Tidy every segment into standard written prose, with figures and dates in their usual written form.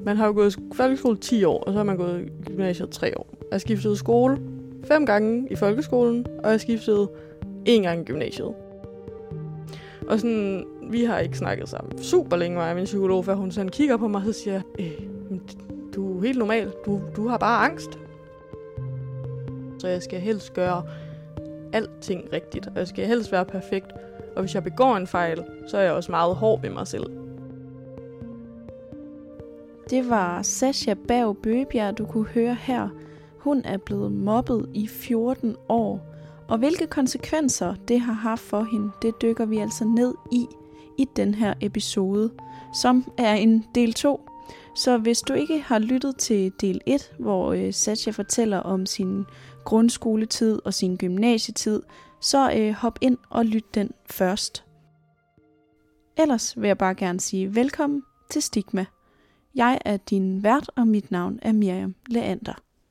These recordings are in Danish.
man har jo gået i folkeskole 10 år, og så har man gået i gymnasiet 3 år. Jeg har skiftet skole 5 gange i folkeskolen, og jeg har skiftet 1 gang i gymnasiet. Og sådan, vi har ikke snakket sammen super længe, mig og min psykolog, før hun sådan kigger på mig, og så siger, du er helt normal, du har bare angst. Så jeg skal helst gøre alting rigtigt, og jeg skal helst være perfekt. Og hvis jeg begår en fejl, så er jeg også meget hård ved mig selv. Det var Sascha Berg Bøgebjerg, du kunne høre her. Hun er blevet mobbet i 14 år. Og hvilke konsekvenser det har haft for hende, det dykker vi altså ned i den her episode, som er en del 2. Så hvis du ikke har lyttet til del 1, hvor Sascha fortæller om sin grundskoletid og sin gymnasietid, så hop ind og lyt den først. Ellers vil jeg bare gerne sige velkommen til Stigma. Jeg er din vært, og mit navn er Miriam Leander.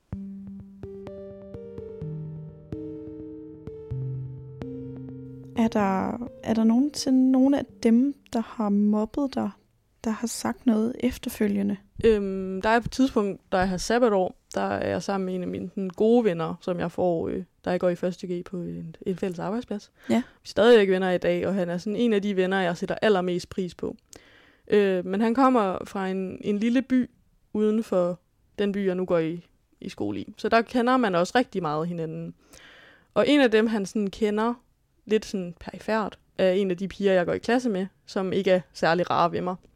Er der nogen af dem, der har mobbet dig, der har sagt noget efterfølgende? Der er på et tidspunkt, da jeg har sabbatår, der er jeg sammen med en af mine gode venner, som jeg får, da jeg går i 1. G på en fælles arbejdsplads. Ja. Vi er stadig venner i dag, og han er sådan en af de venner, jeg sætter allermest pris på. Men han kommer fra en lille by uden for den by, jeg nu går i skole i. Så der kender man også rigtig meget hinanden. Og en af dem, han sådan kender lidt sådan perifært, er en af de piger, jeg går i klasse med, som ikke er særlig rare ved mig.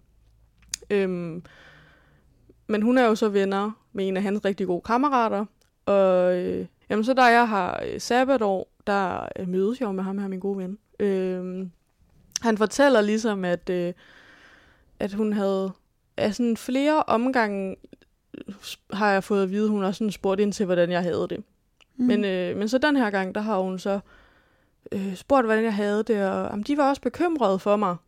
Men hun er jo så venner med en af hans rigtig gode kammerater. Og så da jeg har sabbatår, der mødes jeg med ham her, min gode ven. Han fortæller ligesom, at hun havde af sådan flere omgange, har jeg fået at vide, hun har sådan spurgt ind til, hvordan jeg havde det. Men så den her gang, der har hun så spurgt, hvordan jeg havde det, og de var også bekymrede for mig.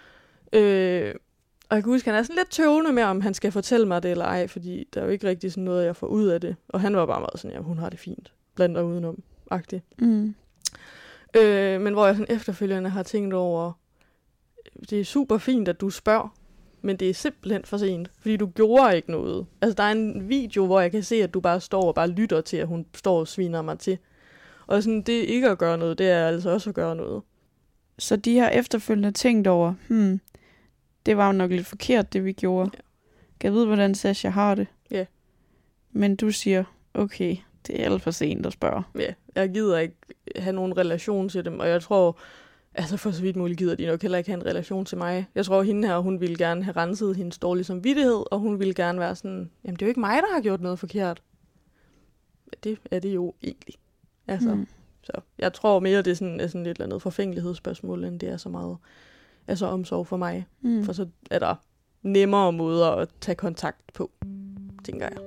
Og jeg kan huske, han er sådan lidt tøvende med, om han skal fortælle mig det eller ej, fordi der er jo ikke rigtig sådan noget, jeg får ud af det. Og han var bare meget sådan, hun har det fint, blandt og udenom-agtigt. Men hvor jeg sådan efterfølgende har tænkt over, det er super fint, at du spørger, men det er simpelthen for sent, fordi du gjorde ikke noget. Altså, der er en video, hvor jeg kan se, at du bare står og bare lytter til, at hun står og sviner mig til. Og sådan, det er ikke at gøre noget, det er altså også at gøre noget. Så de har efterfølgende tænkt over, det var jo nok lidt forkert, det vi gjorde. Ja. Kan jeg vide, hvordan Sascha har det? Ja. Men du siger, okay, det er alt for sent at spørge. Ja, jeg gider ikke have nogen relation til dem, og jeg tror, altså for så vidt muligt gider de nok heller ikke have en relation til mig. Jeg tror, hende her, hun ville gerne have renset hendes dårlige samvittighed, og hun ville gerne være sådan, jamen det er jo ikke mig, der har gjort noget forkert. Det er det jo egentlig. Altså, så jeg tror mere, det er sådan et eller andet forfængelighedsspørgsmål, end det er så meget omsorg for mig. For så er der nemmere måder at tage kontakt på, tænker jeg.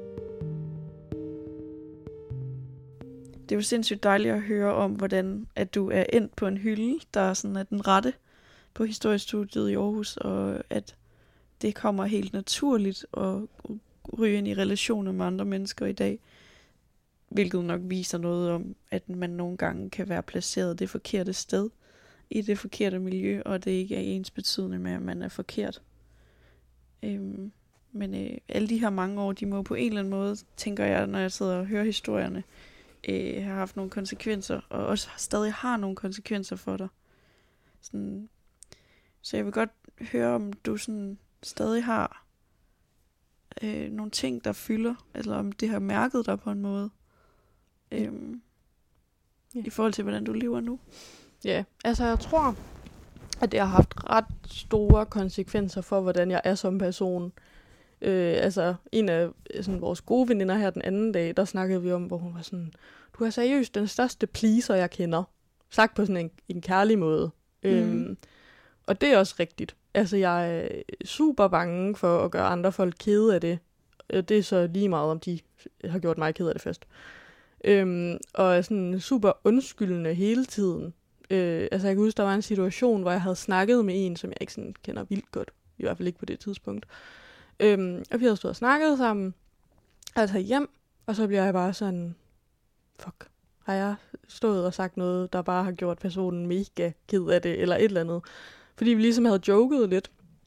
Det er jo sindssygt dejligt at høre om, hvordan at du er endt på en hylde, der sådan er den rette på historiestudiet i Aarhus, og at det kommer helt naturligt at ryge ind i relationer med andre mennesker i dag. Hvilket nok viser noget om, at man nogle gange kan være placeret det forkerte sted, i det forkerte miljø, og det ikke er ens betydende med, at man er forkert. Men alle de her mange år, de må på en eller anden måde, tænker jeg, når jeg sidder og hører historierne, har haft nogle konsekvenser, og også stadig har nogle konsekvenser for dig. Sådan, så jeg vil godt høre, om du sådan stadig har nogle ting, der fylder, eller om det har mærket dig på en måde, i forhold til, hvordan du lever nu. Ja, altså jeg tror, at det har haft ret store konsekvenser for, hvordan jeg er som person. Altså en af sådan, vores gode veninder her den anden dag, der snakkede vi om, hvor hun var sådan, du er seriøst den største pleaser, jeg kender. Sagt på sådan en kærlig måde. Og det er også rigtigt. Altså jeg er super bange for at gøre andre folk kede af det. Det er så lige meget, om de har gjort mig ked af det først. Og er sådan super undskyldende hele tiden. Altså jeg kan huske, der var en situation, hvor jeg havde snakket med en, som jeg ikke sådan kender vildt godt. I hvert fald ikke på det tidspunkt. Og vi havde stået og snakket sammen. Og jeg tager hjem, og så bliver jeg bare sådan, fuck, har jeg stået og sagt noget, der bare har gjort personen mega ked af det, eller et eller andet. Fordi vi ligesom havde joket lidt.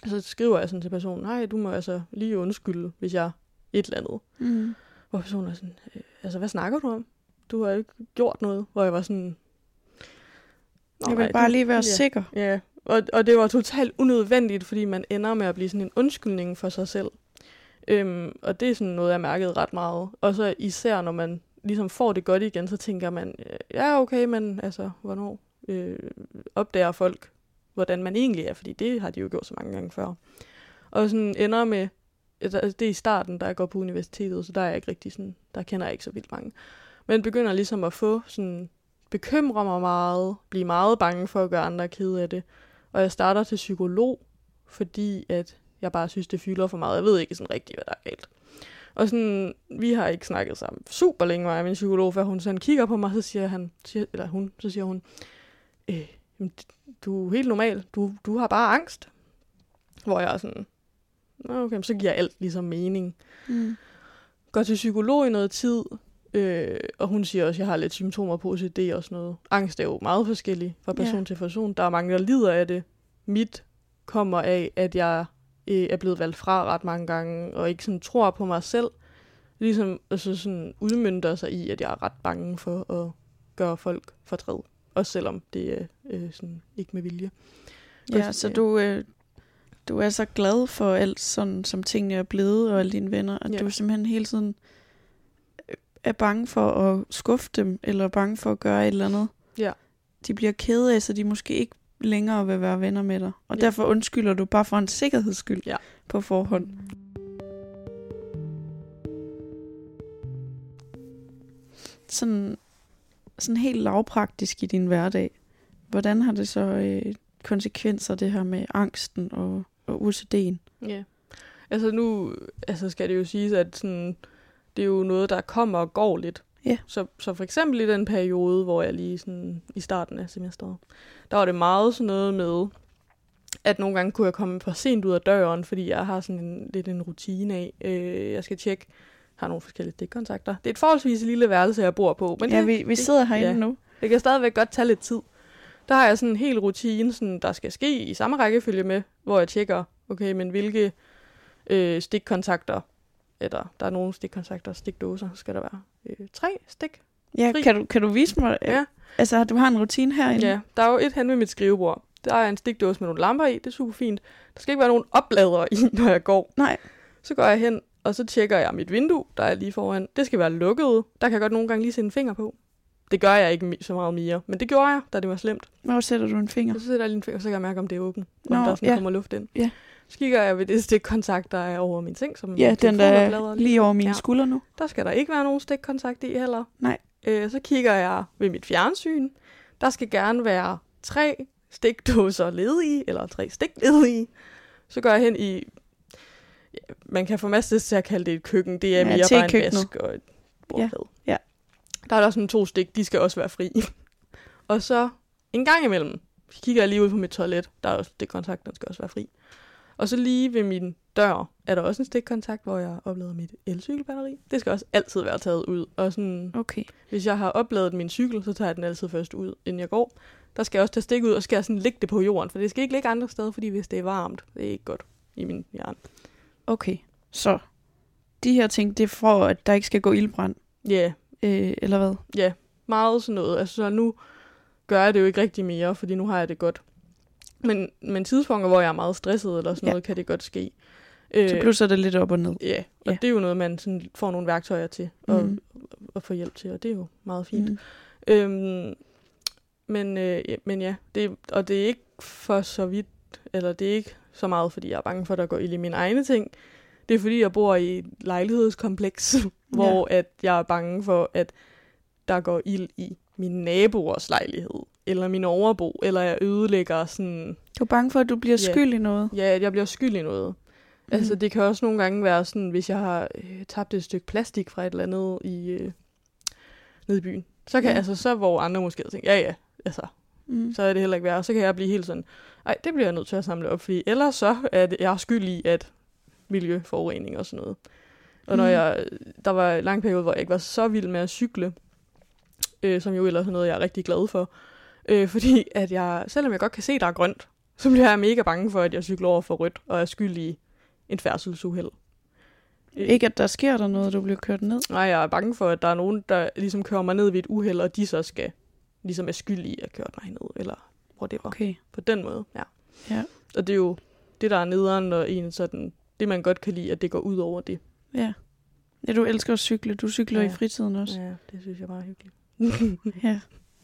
Så skriver jeg sådan til personen, nej, du må altså lige undskylde, hvis jeg et eller andet. Hvor personen er sådan, altså hvad snakker du om? Du har jo ikke gjort noget. Hvor jeg var sådan... Jeg vil bare lige være sikker. Ja, og det var totalt unødvendigt, fordi man ender med at blive sådan en undskyldning for sig selv. Og det er sådan noget, jeg mærkede ret meget. Og så især, når man ligesom får det godt igen, så tænker man, ja okay, men altså, hvornår opdager folk, hvordan man egentlig er? Fordi det har de jo gjort så mange gange før. Og sådan ender med, det er i starten, da jeg går på universitetet, så der er jeg ikke rigtig sådan, der kender jeg ikke så vildt mange. Men begynder ligesom at få sådan, bekymre mig meget, blive meget bange for at gøre andre kede af det. Og jeg starter til psykolog, fordi at jeg bare synes, det fylder for meget. Jeg ved ikke sådan rigtigt, hvad der er galt. Og sådan, vi har ikke snakket sammen super længe, mig og min psykolog, for hun sådan kigger på mig, så siger hun, du er helt normal, du har bare angst. Hvor jeg er sådan, okay, så giver alt ligesom mening. Går til psykolog i noget tid, og hun siger også, at jeg har lidt symptomer på OCD og sådan noget. Angst er jo meget forskellig fra person til person. Der er mange, der lider af det. Mit kommer af, at jeg er blevet valgt fra ret mange gange, og ikke sådan tror på mig selv. Ligesom altså sådan udmønter sig i, at jeg er ret bange for at gøre folk fortræd. Også selvom det er sådan ikke med vilje. Ja, så du er så glad for alt sådan, som tingene er blevet, og alle dine venner, at du simpelthen hele tiden er bange for at skuffe dem, eller bange for at gøre et eller andet. Ja. De bliver kede af, så de måske ikke længere vil være venner med dig. Og derfor undskylder du bare for en sikkerheds skyld på forhånd. Sådan helt lavpraktisk i din hverdag. Hvordan har det så konsekvenser, det her med angsten og OCD'en? Ja, altså nu skal det jo siges, at sådan, det er jo noget, der kommer og går lidt. Ja. Så for eksempel i den periode, hvor jeg lige sådan i starten af semesteret, der var det meget sådan noget med, at nogle gange kunne jeg komme for sent ud af døren, fordi jeg har sådan lidt en rutine af, jeg skal tjekke, har nogle forskellige stikkontakter. Det er et forholdsvis lille værelse, jeg bor på. Men ja, vi sidder herinde nu. Det kan stadigvæk godt tage lidt tid. Der har jeg sådan en hel rutine, sådan, der skal ske i samme rækkefølge med, hvor jeg tjekker, okay, men hvilke stikkontakter, eller der er nogle stikkontakter, stikdåser, skal der være 3 stik. Ja, kan du vise mig? Ja. Altså, du har en rutine herinde? Ja, der er jo et hen ved mit skrivebord. Der er en stikdåse med nogle lamper i, det er super fint. Der skal ikke være nogen opladere i, når jeg går. Nej. Så går jeg hen, og så tjekker jeg mit vindue, der er lige foran. Det skal være lukket. Der kan jeg godt nogle gange lige sætte en finger på. Det gør jeg ikke så meget mere, men det gjorde jeg, da det var slemt. Hvor sætter du en finger? Så sætter jeg lige en finger, så kan jeg mærke, om det er åbent. Om der sådan kommer luft ind. Ja. Så kigger jeg ved det stikkontakt, der er over min seng. Som den der er lige over mine skuldre nu. Der skal der ikke være nogen stikkontakt i heller. Nej. Så kigger jeg ved mit fjernsyn. Der skal gerne være 3 stikdåser ledige, eller 3 stik ledige. Så går jeg hen i, man kan få masser til at kalde det et køkken. Det er mere bare en vask og et bordplade. Ja. Der er der sådan 2 stik, de skal også være fri. Og så en gang imellem, kigger jeg lige ud på mit toilet. Der er også stikkontakt, den skal også være fri. Og så lige ved min dør er der også en stikkontakt, hvor jeg oplader mit elcykelbatteri. Det skal også altid være taget ud. Og sådan, hvis jeg har opladet min cykel, så tager jeg den altid først ud, inden jeg går. Der skal jeg også tage stik ud, og skal jeg sådan lægge det på jorden. For det skal ikke ligge andre steder, fordi hvis det er varmt, det er ikke godt i min hjerne. Okay, så de her ting, det er for, at der ikke skal gå ildbrand? Ja. Eller hvad? Ja, meget sådan noget. Altså så nu gør jeg det jo ikke rigtig mere, fordi nu har jeg det godt. Men tidspunkter, hvor jeg er meget stresset eller sådan noget, kan det godt ske. Så plusser det lidt op og ned. Ja, og det er jo noget, man sådan får nogle værktøjer til at få hjælp til, og det er jo meget fint. Men ja, det er ikke for så vidt, eller det er ikke så meget, fordi jeg er bange for, at der går ild i mine egne ting. Det er fordi, jeg bor i et lejlighedskompleks, hvor at jeg er bange for, at der går ild i min naboers lejlighed, eller min overbo, eller jeg ødelægger sådan... Du er bange for, at du bliver skyld i noget? Ja, at jeg bliver skyld i noget. Altså, det kan også nogle gange være sådan, hvis jeg har tabt et stykke plastik fra et eller andet nede i byen. Så kan så hvor andre måske tænker, så er det heller ikke værd. Og så kan jeg blive helt sådan, det bliver jeg nødt til at samle op, fordi ellers så er jeg skyld i, at miljøforurening og sådan noget. Og når der var en lang periode, hvor jeg ikke var så vild med at cykle, som jo ellers er noget, jeg er rigtig glad for. Fordi at selvom jeg godt kan se, der er grønt, så bliver jeg mega bange for, at jeg cykler over for rødt, og er skyld i en færdselsuheld. Ikke at der sker der noget, du bliver kørt ned? Nej, jeg er bange for, at der er nogen, der ligesom kører mig ned ved et uheld, og de så skal ligesom er skyld i at køre mig ned, eller whatever. Okay. På den måde, ja. Ja. Og det er jo det, der er nederen, og en sådan, det man godt kan lide, at det går ud over det. Ja. Ja, du elsker at cykle. Du cykler i fritiden også. Ja, det synes jeg bare er hyggeligt. Ja.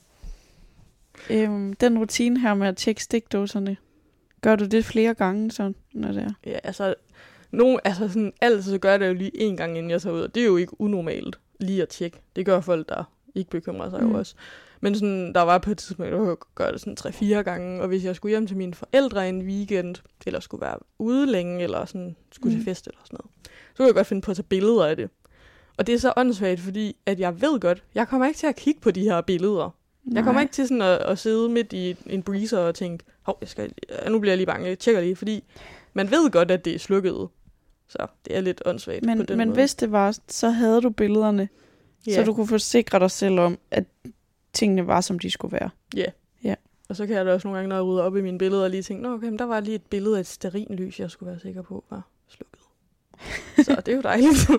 Den rutine her med at tjekke stikdåserne, gør du det flere gange sådan, når det er? Ja, altså, sådan, altid så gør jeg det jo lige en gang, inden jeg tager ud, og det er jo ikke unormalt lige at tjekke. Det gør folk, der ikke bekymrer sig jo også. Men sådan, der var på et tidspunkt, jeg kunne gøre det sådan 3-4 gange, og hvis jeg skulle hjem til mine forældre en weekend, eller skulle være ude længe, eller sådan, skulle til fest eller sådan noget, så kunne jeg godt finde på at tage billeder af det. Og det er så åndssvagt, fordi at jeg ved godt, jeg kommer ikke til at kigge på de her billeder. Nej. Jeg kommer ikke til sådan at sidde midt i en breezer og tænke, nu bliver jeg lige bange, jeg tjekker lige, fordi man ved godt, at det er slukket. Så det er lidt åndssvagt på den måde. Men hvis det var, så havde du billederne, så du kunne forsikre dig selv om, at tingene var, som de skulle være. Ja. Og så kan jeg da også nogle gange, når jeg rydder op i mine billeder, lige tænke, okay, men der var lige et billede af et stearinlys, jeg skulle være sikker på var slukket. Så det er jo dejligt.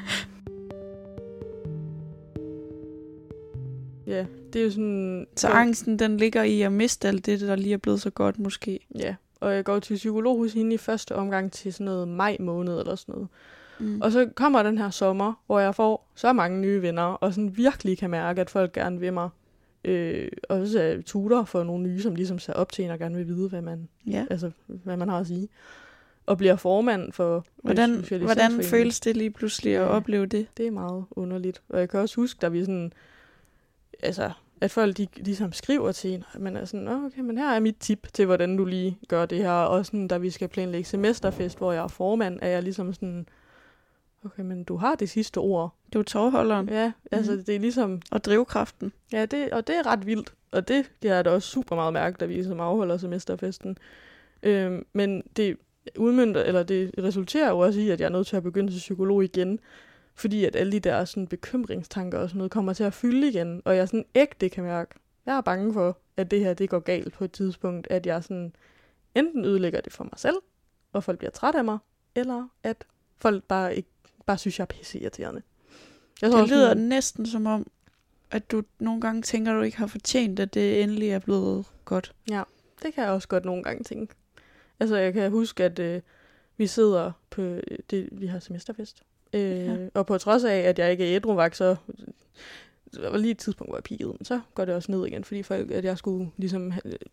Ja, det er jo sådan... Så angsten, den ligger i at miste alt det, der lige er blevet så godt, måske. Ja, og jeg går til psykolog hos hende i første omgang til sådan noget maj måned eller sådan noget. Og så kommer den her sommer, hvor jeg får så mange nye venner, og sådan virkelig kan mærke, at folk gerne vil mig. Og så er jeg tutor for nogle nye, som ligesom ser op til en og gerne vil vide, hvad man har at sige. Og bliver formand for Hvordan føles det lige pludselig at opleve det? Det er meget underligt. Og jeg kan også huske, da vi sådan... Altså, at folk de ligesom skriver til en, og man er sådan, okay, men her er mit tip til, hvordan du lige gør det her. Og sådan, da vi skal planlægge semesterfest, hvor jeg er formand, er jeg ligesom sådan, okay, men du har det sidste ord. Du er tovholderen. Ja, altså det er ligesom... Og drivkraften. Ja, og det er ret vildt. Og det er da også super meget mærke, da vi ligesom afholder semesterfesten. Men det resulterer jo også i, at jeg er nødt til at begynde til psykolog igen. Fordi at alle de der sådan, bekymringstanker og sådan noget kommer til at fylde igen. Og jeg sådan ægte kan mærke, jeg er bange for, at det her det går galt på et tidspunkt. At jeg sådan enten ødelægger det for mig selv, og folk bliver træt af mig, eller at folk bare synes, jeg er pisseirriterende. Det lyder næsten som om, at du nogle gange tænker, at du ikke har fortjent, at det endelig er blevet godt. Ja, det kan jeg også godt nogle gange tænke. Altså jeg kan huske, at vi sidder på vi har semesterfest. Og på trods af, at jeg ikke er ædruvagt, så der var lige et tidspunkt, hvor jeg peakede, men så går det også ned igen, fordi folk, at jeg skulle ligesom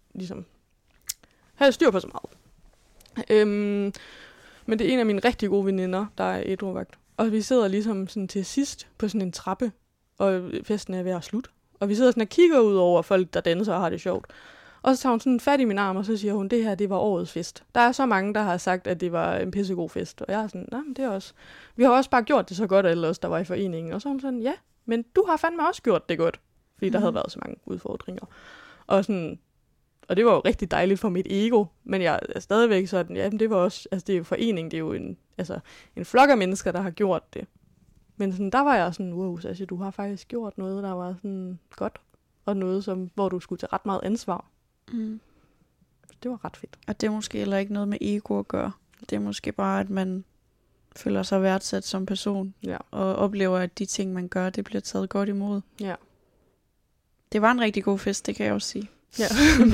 have styr på så meget. Men det er en af mine rigtig gode veninder, der er ædruvagt. Og vi sidder ligesom sådan til sidst på sådan en trappe, og festen er ved at slutte. Og vi sidder sådan og kigger ud over folk, der danser og har det sjovt. Og så tager hun sådan fat i min arm, og så siger hun, det her, det var årets fest. Der er så mange, der har sagt, at det var en pissegod fest. Og jeg er sådan, nej, men det er også... Vi har også bare gjort det så godt, alle os, der var i foreningen. Og så er hun sådan, ja, men du har fandme også gjort det godt. Fordi der havde været så mange udfordringer. Og det var jo rigtig dejligt for mit ego. Men jeg er stadigvæk sådan, ja, men det var også... Altså, det er jo forening, det er jo en flok af mennesker, der har gjort det. Men sådan, der var jeg sådan, wow, Sasha, du har faktisk gjort noget, der var sådan godt. Og noget, hvor du skulle tage ret meget ansvar. Det var ret fedt. Og det er måske heller ikke noget med ego at gøre. Det er måske bare, at man føler sig værdsat som person. Ja. Og oplever, at de ting, man gør, det bliver taget godt imod. Ja. Det var en rigtig god fest, det kan jeg også sige. Ja.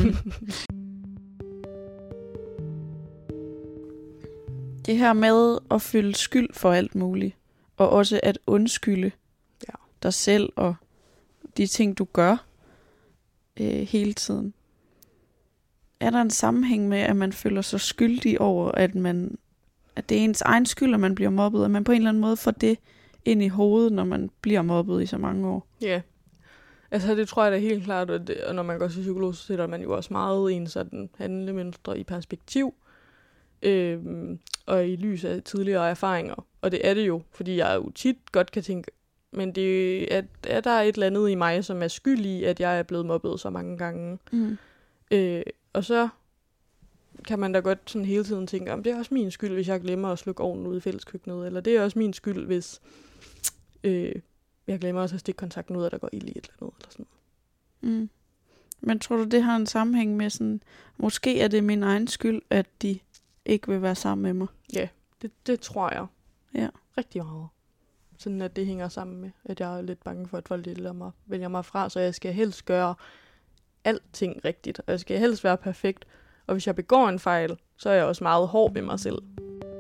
Det her med at føle skyld for alt muligt. Og også at undskylde dig selv og de ting, du gør hele tiden. Er der en sammenhæng med, at man føler sig skyldig over, at det er ens egen skyld, at man bliver mobbet, at man på en eller anden måde får det ind i hovedet, når man bliver mobbet i så mange år? Ja, altså det tror jeg da helt klart, og når man går til psykolog, så sætter man jo også meget en sådan handlemønstre i perspektiv, og i lys af tidligere erfaringer. Og det er det jo, fordi jeg jo tit godt kan tænke, men det er der et eller andet i mig, som er skyld i, at jeg er blevet mobbet så mange gange. Og så kan man da godt sådan hele tiden tænke, det er også min skyld, hvis jeg glemmer at slukke ovnen ud i fælleskøkkenet, eller det er også min skyld, hvis jeg glemmer også at stikke kontakten ud, og der går ild i et eller andet, eller sådan noget. Men tror du, det har en sammenhæng med sådan, måske er det min egen skyld, at de ikke vil være sammen med mig? Ja, det tror jeg. Ja. Rigtig meget. Sådan at det hænger sammen med, at jeg er lidt bange for, at folk vælger mig fra, så jeg skal helst gøre alting rigtigt, og jeg skal helst være perfekt. Og hvis jeg begår en fejl, så er jeg også meget hård ved mig selv.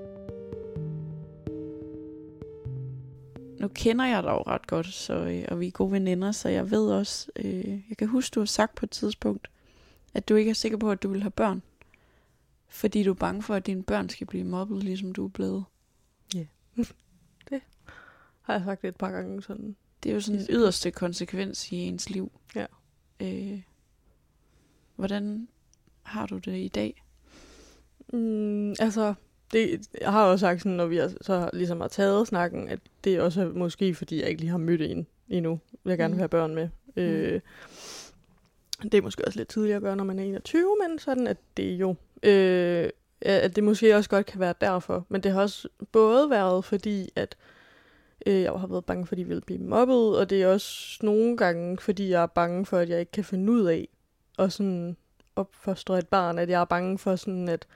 Nu kender jeg dig jo ret godt, og vi er gode veninder, så jeg ved også, jeg kan huske, du har sagt på et tidspunkt, at du ikke er sikker på, at du vil have børn. Fordi du er bange for, at dine børn skal blive mobbet, ligesom du er blevet. Ja, det har jeg sagt et par gange sådan. Det er jo sådan en yderste konsekvens i ens liv. Ja. Hvordan har du det i dag? Altså, jeg har også sagt sådan, når vi så ligesom har taget snakken, at det også er måske, fordi jeg ikke lige har mødt en endnu, vil jeg gerne vil have børn med. Det er måske også lidt tidligere at gøre, når man er 21, men sådan at det jo, at det måske også godt kan være derfor. Men det har også både været fordi, at jeg har været bange for, at de vil blive mobbet, og det er også nogle gange, fordi jeg er bange for, at jeg ikke kan finde ud af at sådan opfostre et barn, at jeg er bange for sådan at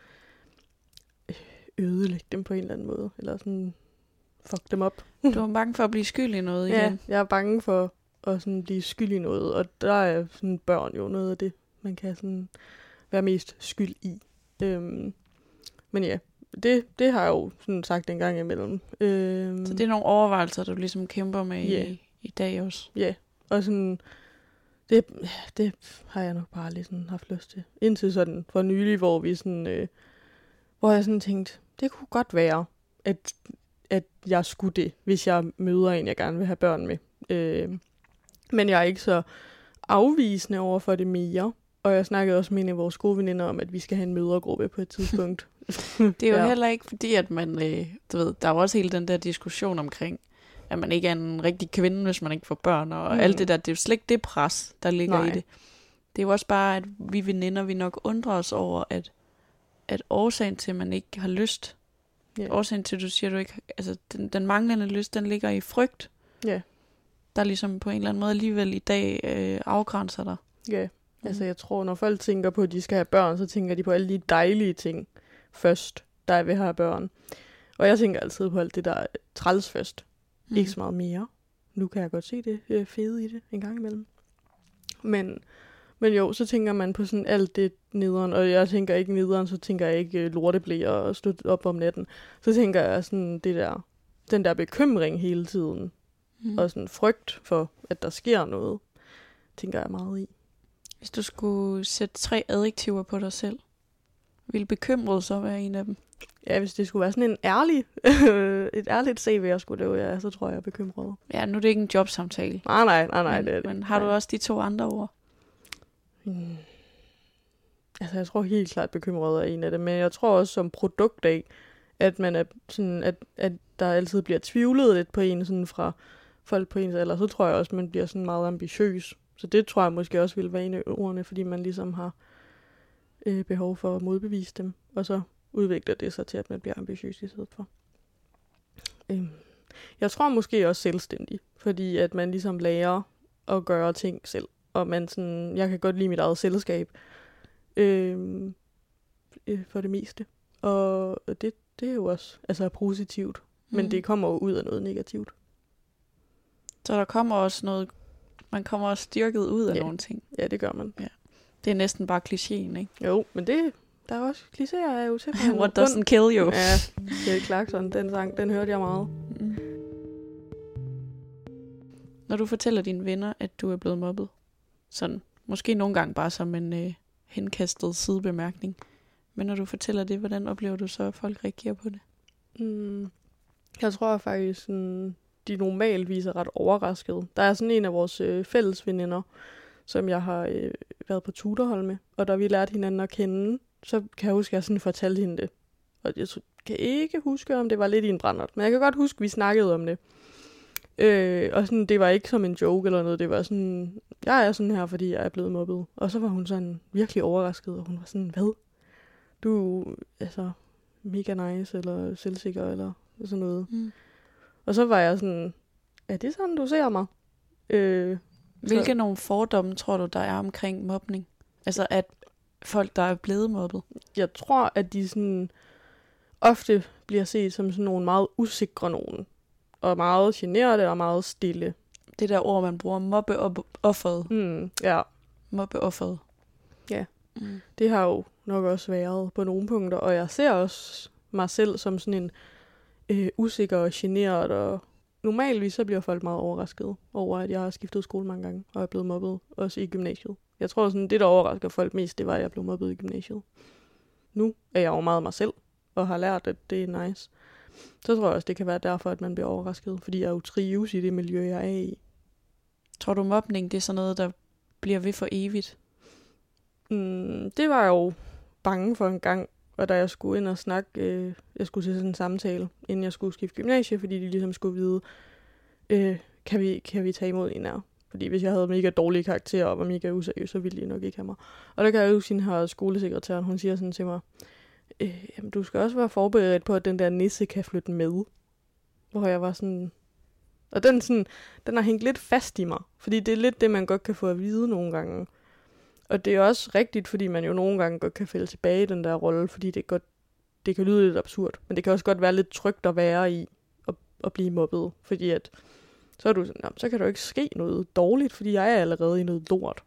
ødelægge dem på en eller anden måde, eller sådan fuck dem op. Du er bange for at blive skyld i noget igen? Ja, jeg er bange for at sådan blive skyld i noget, og der er sådan børn jo noget af det, man kan sådan være mest skyld i. Men ja, det har jeg jo sådan sagt en gang imellem. Så det er nogle overvejelser, du ligesom kæmper med i dag også? Ja, og sådan, det har jeg nok bare lige sådan haft lyst til. Indtil sådan for nylig, hvor vi sådan, hvor jeg sådan tænkte, det kunne godt være, at jeg skulle det, hvis jeg møder en, jeg gerne vil have børn med. Men jeg er ikke så afvisende over for det mere. Og jeg snakkede også med en af vores gode veninder om, at vi skal have en mødregruppe på et tidspunkt. Det er jo heller ikke fordi, at man, du ved, der er jo også hele den der diskussion omkring, at man ikke er en rigtig kvinde, hvis man ikke får børn, og alt det der, det er jo slet ikke det pres, der ligger i det. Det er jo også bare, at vi veninder, vi nok undrer os over, at årsagen til, at man ikke har lyst, årsagen til, at du siger, at du ikke, altså den manglende lyst, den ligger i frygt, der ligesom på en eller anden måde alligevel i dag afgrænser dig. Ja, altså jeg tror, når folk tænker på, at de skal have børn, så tænker de på alle de dejlige ting først, der vil have børn. Og jeg tænker altid på alt det, der er træls først. Ikke så meget mere. Nu kan jeg godt se det fede i det en gang imellem. Men jo, så tænker man på sådan alt det nederen, og jeg tænker ikke nederen, så tænker jeg ikke lorteblæ og stå op om natten. Så tænker jeg sådan den der bekymring hele tiden, og sådan frygt for, at der sker noget, tænker jeg meget i. Hvis du skulle sætte 3 adjektiver på dig selv, ville bekymret så være en af dem? Ja, hvis det skulle være sådan et ærligt CV, jeg skulle lave, så tror jeg er bekymret. Ja, nu er det ikke en jobsamtale. Nej, det er det. Men har du også de 2 andre ord? Altså, jeg tror helt klart, bekymret er en af dem, men jeg tror også som produkt af, at man er sådan, at der altid bliver tvivlet lidt på en, sådan fra folk på ens alder, så tror jeg også, at man bliver sådan meget ambitiøs. Så det tror jeg måske også vil være en af ordene, fordi man ligesom har behov for at modbevise dem, og så udvikler det sig til, at man bliver ambitiøs i stedet for. Jeg tror måske også selvstændig, fordi at man ligesom lærer at gøre ting selv, og man sådan, jeg kan godt lide mit eget selskab for det meste, og det er jo også altså positivt, men det kommer jo ud af noget negativt. Så der kommer også noget, man kommer også styrket ud af nogle ting. Ja, det gør man. Ja. Det er næsten bare klichéen, ikke? Jo, men der er også klichéer, er jo til. What doesn't kill you? Ja, Kelly Clarkson, den sang, den hørte jeg meget. Når du fortæller dine venner, at du er blevet mobbet, sådan, måske nogle gange bare som en henkastet sidebemærkning, men når du fortæller det, hvordan oplever du så, at folk reagerer på det? Jeg tror faktisk, sådan, de normalt viser ret overrasket. Der er sådan en af vores fælles veninder, som jeg har været på tutorhold med, og da vi lærte hinanden at kende, så kan jeg huske, at jeg sådan fortalte hende det. Og jeg kan ikke huske, om det var lidt i en brændert, men jeg kan godt huske, at vi snakkede om det. Og sådan, det var ikke som en joke eller noget, det var sådan, jeg er sådan her, fordi jeg er blevet mobbet. Og så var hun sådan virkelig overrasket, og hun var sådan, hvad? Du er altså mega nice, eller selvsikker, eller sådan noget. Og så var jeg sådan, er det sådan, du ser mig? Hvilke nogle fordomme tror du, der er omkring mobning? Altså at folk, der er blevet mobbet? Jeg tror, at de sådan ofte bliver set som sådan nogle meget usikre nogen. Og meget generede og meget stille. Det der ord, man bruger, mobbeofferet. Ja. Mobbeofferet. Ja. Det har jo nok også været på nogle punkter. Og jeg ser også mig selv som sådan en usikker og generet. Og normalvis så bliver folk meget overrasket over, at jeg har skiftet skole mange gange. Og er blevet mobbet, også i gymnasiet. Jeg tror sådan, det der overrasker folk mest, det var, at jeg blev mobbet i gymnasiet. Nu er jeg jo meget mig selv, og har lært, at det er nice. Så tror jeg også, det kan være derfor, at man bliver overrasket, fordi jeg jo trives i det miljø, jeg er i. Tror du, mobning det er sådan noget, der bliver ved for evigt? Det var jeg jo bange for en gang, og da jeg skulle ind og snakke, jeg skulle til sådan en samtale, inden jeg skulle skifte gymnasie, fordi de ligesom skulle vide, kan vi tage imod en af? Fordi hvis jeg havde mega dårlige karakterer og var mega useriøs, så ville de nok ikke have mig. Og der kan jeg jo sige, her skolesekretæren, hun siger sådan til mig, jamen, du skal også være forberedt på, at den der nisse kan flytte med. Hvor jeg var sådan... Og den har hængt lidt fast i mig. Fordi det er lidt det, man godt kan få at vide nogle gange. Og det er også rigtigt, fordi man jo nogle gange godt kan falde tilbage i den der rolle, fordi det kan lyde lidt absurd. Men det kan også godt være lidt trygt at være i at blive mobbet. Fordi at, så er du sådan, så kan der jo ikke ske noget dårligt, fordi jeg er allerede i noget lort.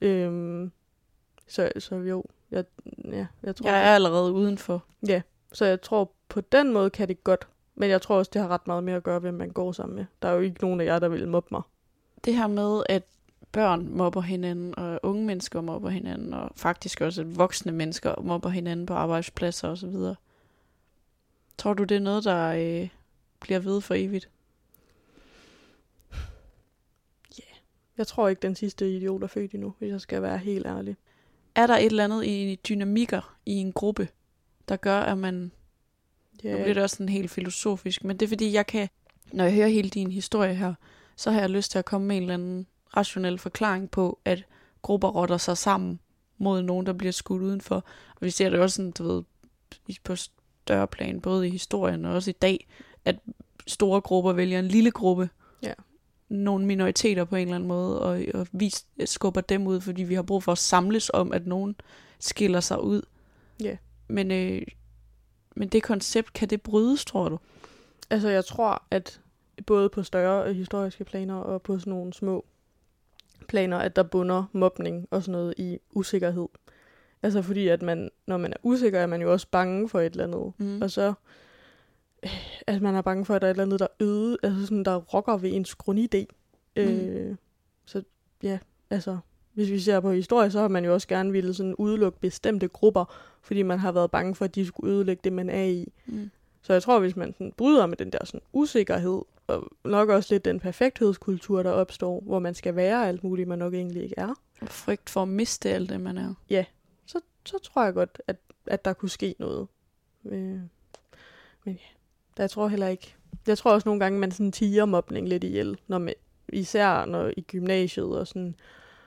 Så jo, jeg tror... Jeg er allerede udenfor. Ja, så jeg tror, på den måde kan det godt. Men jeg tror også, det har ret meget mere at gøre, hvem man går sammen med. Der er jo ikke nogen af jer, der vil mobbe mig. Det her med, at børn mobber hinanden, og unge mennesker mobber hinanden, og faktisk også at voksne mennesker mobber hinanden på arbejdspladser osv. Tror du, det er noget, der bliver ved for evigt? Ja. Yeah. Jeg tror ikke, den sidste idiot er født endnu, hvis jeg skal være helt ærlig. Er der et eller andet i dynamikker i en gruppe, der gør, at man... Nu bliver det også sådan helt filosofisk, men det er fordi, når jeg hører hele din historie her, så har jeg lyst til at komme med en eller anden rationel forklaring på, at grupper rotter sig sammen mod nogen, der bliver skudt udenfor. Og vi ser det også sådan, du ved, på større plan, både i historien og også i dag, at store grupper vælger en lille gruppe, nogle minoriteter på en eller anden måde, og vi skubber dem ud, fordi vi har brug for at samles om, at nogen skiller sig ud. Ja. Men det koncept, kan det brydes, tror du? Altså, jeg tror, at både på større historiske planer og på sådan nogle små planer, at der bunder mobning og sådan noget i usikkerhed. Altså, fordi at når man er usikker, er man jo også bange for et eller andet. Og så, at man er bange for, at der er et eller andet, der rokker ved ens grundidé. Så ja, altså... Hvis vi ser på historie, så har man jo også gerne ville sådan udelukke bestemte grupper, fordi man har været bange for, at de skulle ødelægge det, man er i. Så jeg tror, hvis man sådan bryder med den der sådan usikkerhed, og nok også lidt den perfekthedskultur, der opstår, hvor man skal være alt muligt, man nok egentlig ikke er. Og frygt for at miste alt det, man er. Ja, så tror jeg godt, at der kunne ske noget. Men ja, jeg tror heller ikke. Jeg tror også nogle gange, man sådan tiger mobning lidt ihjel, især når i gymnasiet og sådan...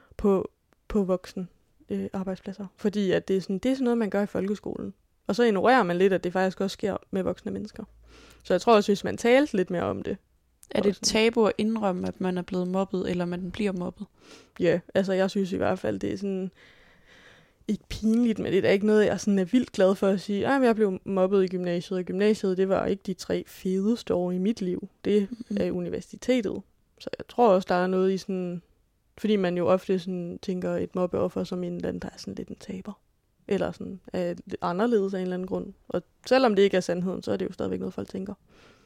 på voksen arbejdspladser. Fordi at det er sådan noget, man gør i folkeskolen. Og så ignorerer man lidt, at det faktisk også sker med voksne mennesker. Så jeg tror også, hvis man talte lidt mere om det. Er det et tabu at indrømme, at man er blevet mobbet, eller man bliver mobbet? Ja, altså jeg synes i hvert fald, det er sådan ikke pinligt, men det er ikke noget, jeg sådan er vildt glad for at sige, jeg blev mobbet i gymnasiet, og gymnasiet, det var ikke de 3 fedeste år i mit liv. Det er universitetet. Så jeg tror også, der er noget i sådan... Fordi man jo ofte sådan tænker et mobbeoffer som en eller anden, der er sådan lidt en taber. Eller sådan lidt anderledes af en eller anden grund. Og selvom det ikke er sandheden, så er det jo stadigvæk noget, folk tænker.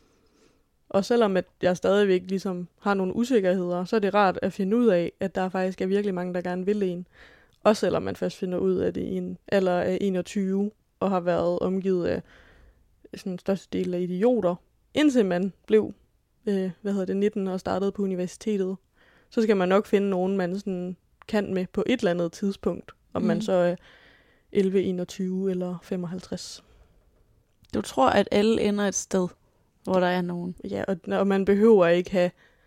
Og selvom at jeg stadigvæk ligesom har nogle usikkerheder, så er det rart at finde ud af, at der faktisk er virkelig mange, der gerne vil en. Også selvom man først finder ud af det i en alder af 21, og har været omgivet af sådan største del af idioter, indtil man blev 19 og startede på universitetet. Så skal man nok finde nogen, man sådan kan med på et eller andet tidspunkt. Om man så er 11, 21 eller 55. Du tror, at alle ender et sted, hvor der er nogen? Ja, og man behøver ikke have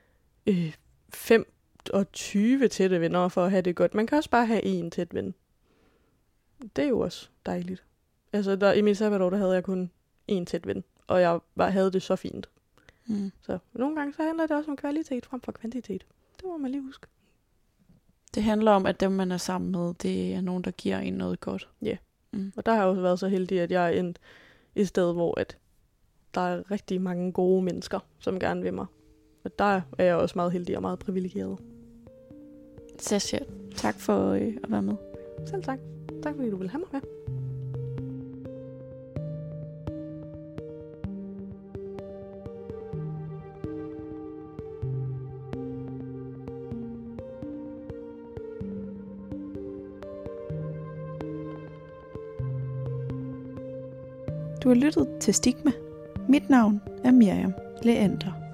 25 tætte venner for at have det godt. Man kan også bare have en tæt ven. Det er jo også dejligt. Altså, i min sabbatår, der havde jeg kun en tæt ven. Og jeg havde det så fint. Så nogle gange så handler det også om kvalitet frem for kvantitet. Det må man lige huske. Det handler om, at dem, man er sammen med, det er nogen, der giver en noget godt. Ja. Og der har jeg også været så heldig, at jeg er endt et sted, hvor at der er rigtig mange gode mennesker, som gerne vil mig. Og der er jeg også meget heldig og meget privilegeret. Sascha, tak for at være med. Selv tak. Tak fordi du vil have mig med. Du har lyttet til Stigma. Mit navn er Miriam Leander.